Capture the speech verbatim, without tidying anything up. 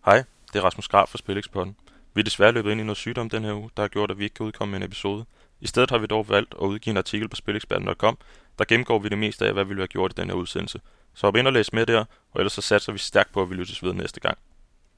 Hej, det er Rasmus Graf fra Spileksperten. Vi er desværre løbet ind i noget sygdom den her uge, der har gjort, at vi ikke kan udkomme med en episode. I stedet har vi dog valgt at udgive en artikel på spileksperten punktum com, der gennemgår vi det meste af, hvad vi ville have gjort i den her udsendelse. Så hop ind og læs med der, og ellers så satser vi stærkt på, at vi lyttes ved næste gang.